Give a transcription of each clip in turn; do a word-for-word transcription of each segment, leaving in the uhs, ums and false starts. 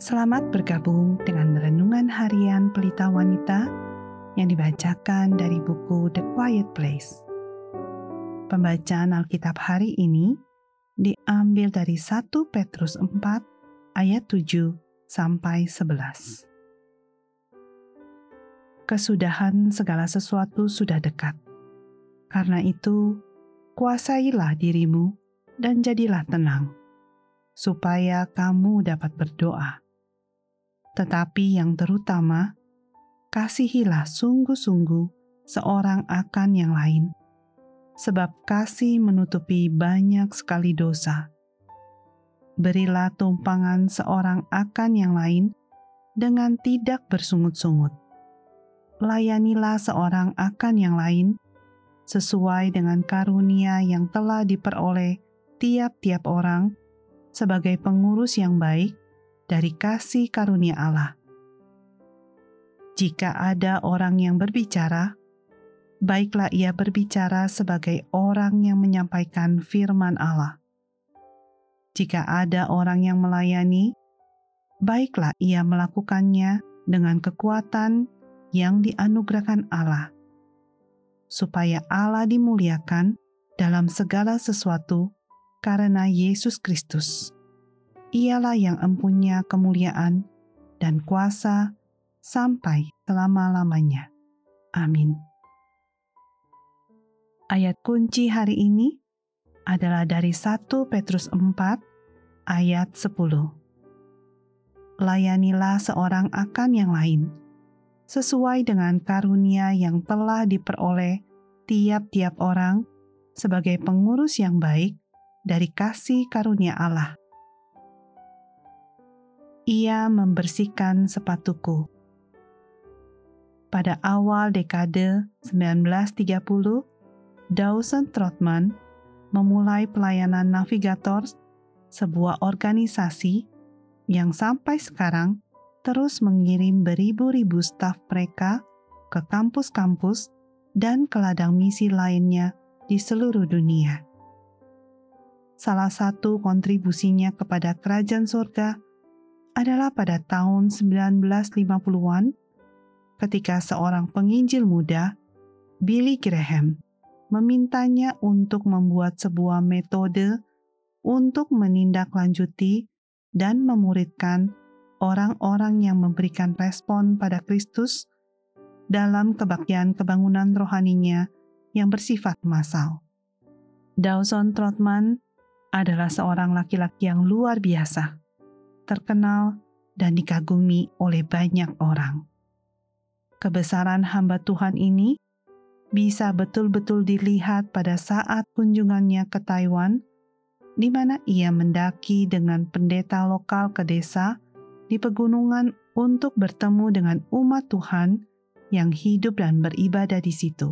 Selamat bergabung dengan Renungan Harian Pelita Wanita yang dibacakan dari buku The Quiet Place. Pembacaan Alkitab hari ini diambil dari satu Petrus empat ayat tujuh sampai sebelas. Kesudahan segala sesuatu sudah dekat. Karena itu, kuasailah dirimu dan jadilah tenang, supaya kamu dapat berdoa. Tetapi yang terutama, kasihilah sungguh-sungguh seorang akan yang lain, sebab kasih menutupi banyak sekali dosa. Berilah tumpangan seorang akan yang lain dengan tidak bersungut-sungut. Layanilah seorang akan yang lain sesuai dengan karunia yang telah diperoleh tiap-tiap orang sebagai pengurus yang baik dari kasih karunia Allah. Jika ada orang yang berbicara, baiklah ia berbicara sebagai orang yang menyampaikan firman Allah. Jika ada orang yang melayani, baiklah ia melakukannya dengan kekuatan yang dianugerahkan Allah, supaya Allah dimuliakan dalam segala sesuatu karena Yesus Kristus. Ialah yang empunya kemuliaan dan kuasa sampai selama-lamanya. Amin. Ayat kunci hari ini adalah dari satu Petrus empat ayat sepuluh. Layanilah seorang akan yang lain, sesuai dengan karunia yang telah diperoleh tiap-tiap orang sebagai pengurus yang baik dari kasih karunia Allah. Ia membersihkan sepatuku. Pada awal dekade sembilan belas tiga puluh, Dawson Trotman memulai pelayanan navigator, sebuah organisasi yang sampai sekarang terus mengirim beribu-ribu staf mereka ke kampus-kampus dan ke ladang misi lainnya di seluruh dunia. Salah satu kontribusinya kepada kerajaan surga adalah pada tahun sembilan belas lima puluhan, ketika seorang penginjil muda, Billy Graham, memintanya untuk membuat sebuah metode untuk menindaklanjuti dan memuridkan orang-orang yang memberikan respon pada Kristus dalam kebaktian kebangunan rohaninya yang bersifat massal. Dawson Trotman adalah seorang laki-laki yang luar biasa, terkenal dan dikagumi oleh banyak orang. Kebesaran hamba Tuhan ini bisa betul-betul dilihat pada saat kunjungannya ke Taiwan, di mana ia mendaki dengan pendeta lokal ke desa di pegunungan untuk bertemu dengan umat Tuhan yang hidup dan beribadah di situ.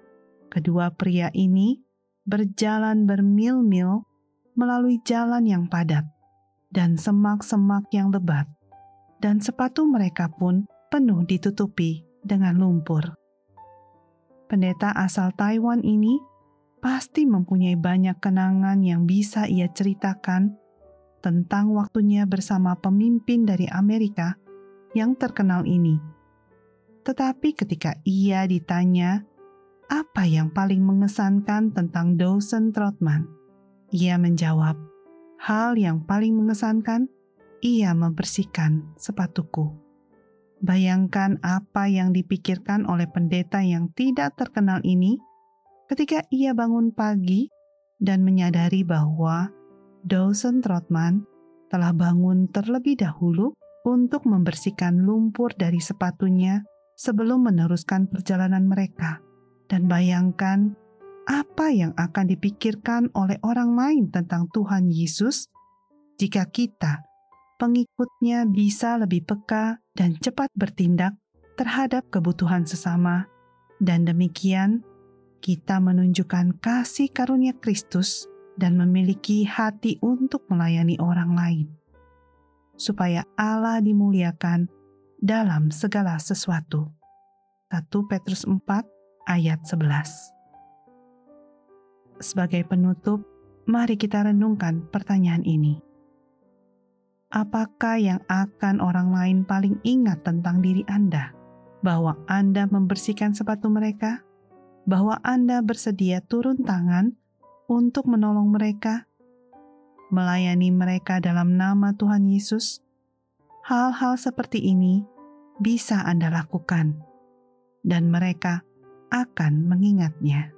Kedua pria ini berjalan bermil-mil melalui jalan yang padat dan semak-semak yang lebat, dan sepatu mereka pun penuh ditutupi dengan lumpur. Pendeta asal Taiwan ini pasti mempunyai banyak kenangan yang bisa ia ceritakan tentang waktunya bersama pemimpin dari Amerika yang terkenal ini. Tetapi ketika ia ditanya apa yang paling mengesankan tentang Dawson Trotman, ia menjawab, hal yang paling mengesankan, ia membersihkan sepatuku. Bayangkan apa yang dipikirkan oleh pendeta yang tidak terkenal ini ketika ia bangun pagi dan menyadari bahwa Dawson Trotman telah bangun terlebih dahulu untuk membersihkan lumpur dari sepatunya sebelum meneruskan perjalanan mereka. Dan bayangkan apa yang akan dipikirkan oleh orang lain tentang Tuhan Yesus jika kita, pengikutnya, bisa lebih peka dan cepat bertindak terhadap kebutuhan sesama, dan demikian kita menunjukkan kasih karunia Kristus dan memiliki hati untuk melayani orang lain, supaya Allah dimuliakan dalam segala sesuatu. satu Petrus empat ayat sebelas. Sebagai penutup, mari kita renungkan pertanyaan ini. Apakah yang akan orang lain paling ingat tentang diri Anda? Bahwa Anda membersihkan sepatu mereka? Bahwa Anda bersedia turun tangan untuk menolong mereka? Melayani mereka dalam nama Tuhan Yesus? Hal-hal seperti ini bisa Anda lakukan, dan mereka akan mengingatnya.